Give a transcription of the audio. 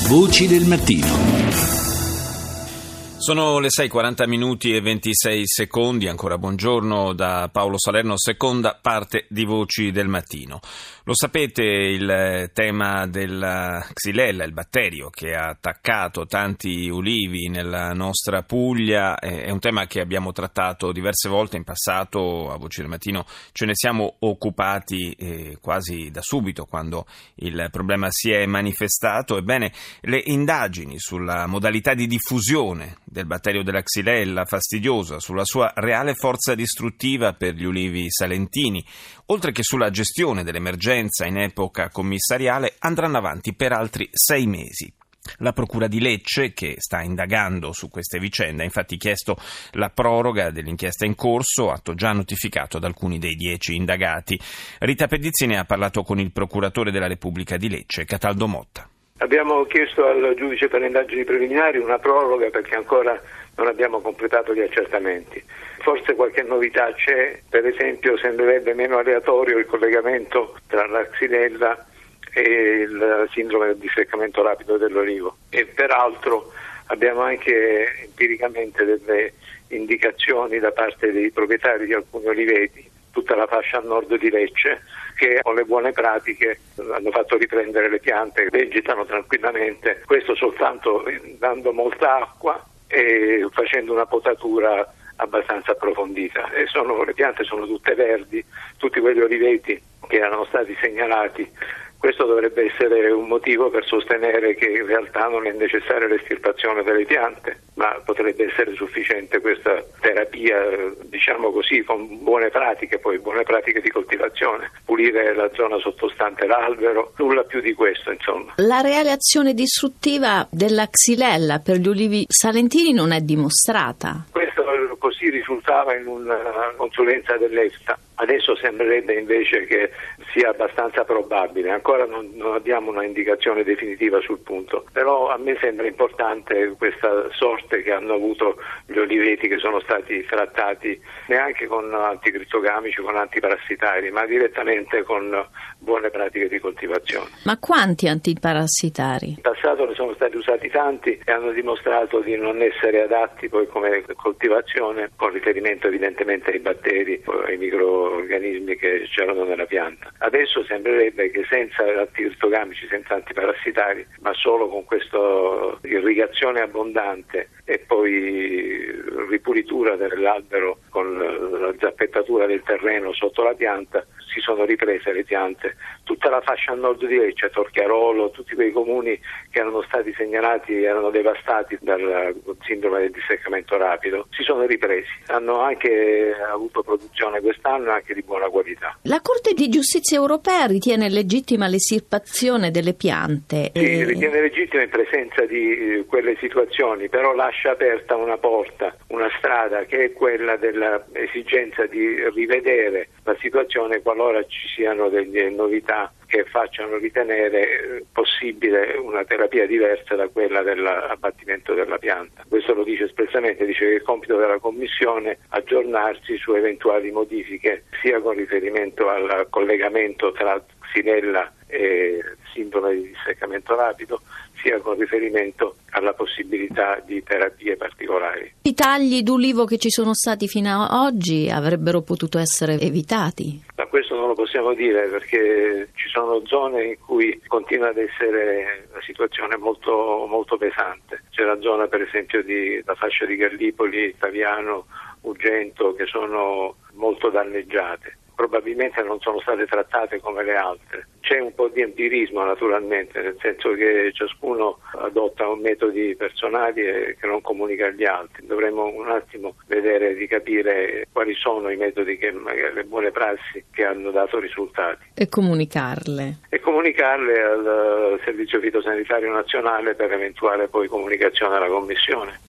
Voci del mattino. Sono le 6:40 e 26 secondi, ancora buongiorno da Paolo Salerno, seconda parte di Voci del Mattino. Lo sapete, il tema della Xylella, il batterio che ha attaccato tanti ulivi nella nostra Puglia, è un tema che abbiamo trattato diverse volte in passato. A Voci del Mattino ce ne siamo occupati quasi da subito quando il problema si è manifestato. Ebbene, le indagini sulla modalità di diffusione del batterio della Xylella fastidiosa, sulla sua reale forza distruttiva per gli ulivi salentini, oltre che sulla gestione dell'emergenza in epoca commissariale, andranno avanti per altri 6 mesi. La Procura di Lecce, che sta indagando su queste vicende, ha infatti chiesto la proroga dell'inchiesta in corso, atto già notificato ad alcuni dei 10 indagati. Rita Pedizzi ha parlato con il procuratore della Repubblica di Lecce, Cataldo Motta. Abbiamo chiesto al giudice per le indagini preliminari una proroga perché ancora non abbiamo completato gli accertamenti. Forse qualche novità c'è, per esempio sembrerebbe meno aleatorio il collegamento tra la Xylella e il sindrome del disseccamento rapido dell'olivo, e peraltro abbiamo anche empiricamente delle indicazioni da parte dei proprietari di alcuni oliveti, tutta la fascia a nord di Lecce, che con le buone pratiche hanno fatto riprendere le piante, vegetano tranquillamente, questo soltanto dando molta acqua e facendo una potatura abbastanza approfondita. E le piante sono tutte verdi, tutti quegli oliveti che erano stati segnalati. Questo dovrebbe essere un motivo per sostenere che in realtà non è necessaria l'estirpazione delle piante, ma potrebbe essere sufficiente questa terapia, diciamo così, con buone pratiche di coltivazione, pulire la zona sottostante l'albero, nulla più di questo, insomma. La reale azione distruttiva della Xylella per gli ulivi salentini non è dimostrata. Questo così risultava in una consulenza dell'EFSA. Adesso sembrerebbe invece che sia abbastanza probabile, ancora non abbiamo una indicazione definitiva sul punto, però a me sembra importante questa sorte che hanno avuto gli oliveti che sono stati trattati neanche con anticrittogamici, con antiparassitari, ma direttamente con buone pratiche di coltivazione. Ma quanti antiparassitari? In passato ne sono stati usati tanti e hanno dimostrato di non essere adatti poi come coltivazione, con riferimento evidentemente ai batteri, ai microorganismi che c'erano nella pianta. Adesso sembrerebbe che senza anticrittogamici, senza antiparassitari, ma solo con questa irrigazione abbondante e poi ripulitura dell'albero con la zappettatura del terreno sotto la pianta, si sono riprese le piante. Tutta la fascia a nord di Lecce, Torchiarolo, tutti quei comuni che erano stati segnalati, erano devastati dal sindrome del disseccamento rapido, si sono ripresi. Hanno anche avuto produzione quest'anno, anche di buona qualità. La Corte di Giustizia europea ritiene legittima l'estirpazione delle piante. Sì, ritiene legittima in presenza di quelle situazioni, però lascia aperta una porta, una strada, che è quella dell'esigenza di rivedere la situazione qualora ci siano delle novità che facciano ritenere possibile una terapia diversa da quella dell'abbattimento della pianta. Questo lo dice espressamente, dice che è il compito della Commissione aggiornarsi su eventuali modifiche, sia con riferimento al collegamento tra Xylella e sindrome di disseccamento rapido, sia con riferimento alla possibilità di terapie particolari. I tagli d'ulivo che ci sono stati fino ad oggi avrebbero potuto essere evitati? Ma questo non lo possiamo dire, perché ci sono zone in cui continua ad essere la situazione molto, molto pesante. C'è la zona per esempio la fascia di Gallipoli, Taviano, Ugento, che sono molto danneggiate. Probabilmente non sono state trattate come le altre. C'è un po' di empirismo naturalmente, nel senso che ciascuno adotta metodi personali e che non comunica agli altri. Dovremmo un attimo vedere di capire quali sono i metodi, le buone prassi che hanno dato risultati. E comunicarle Al Servizio Fitosanitario Nazionale per eventuale poi comunicazione alla Commissione.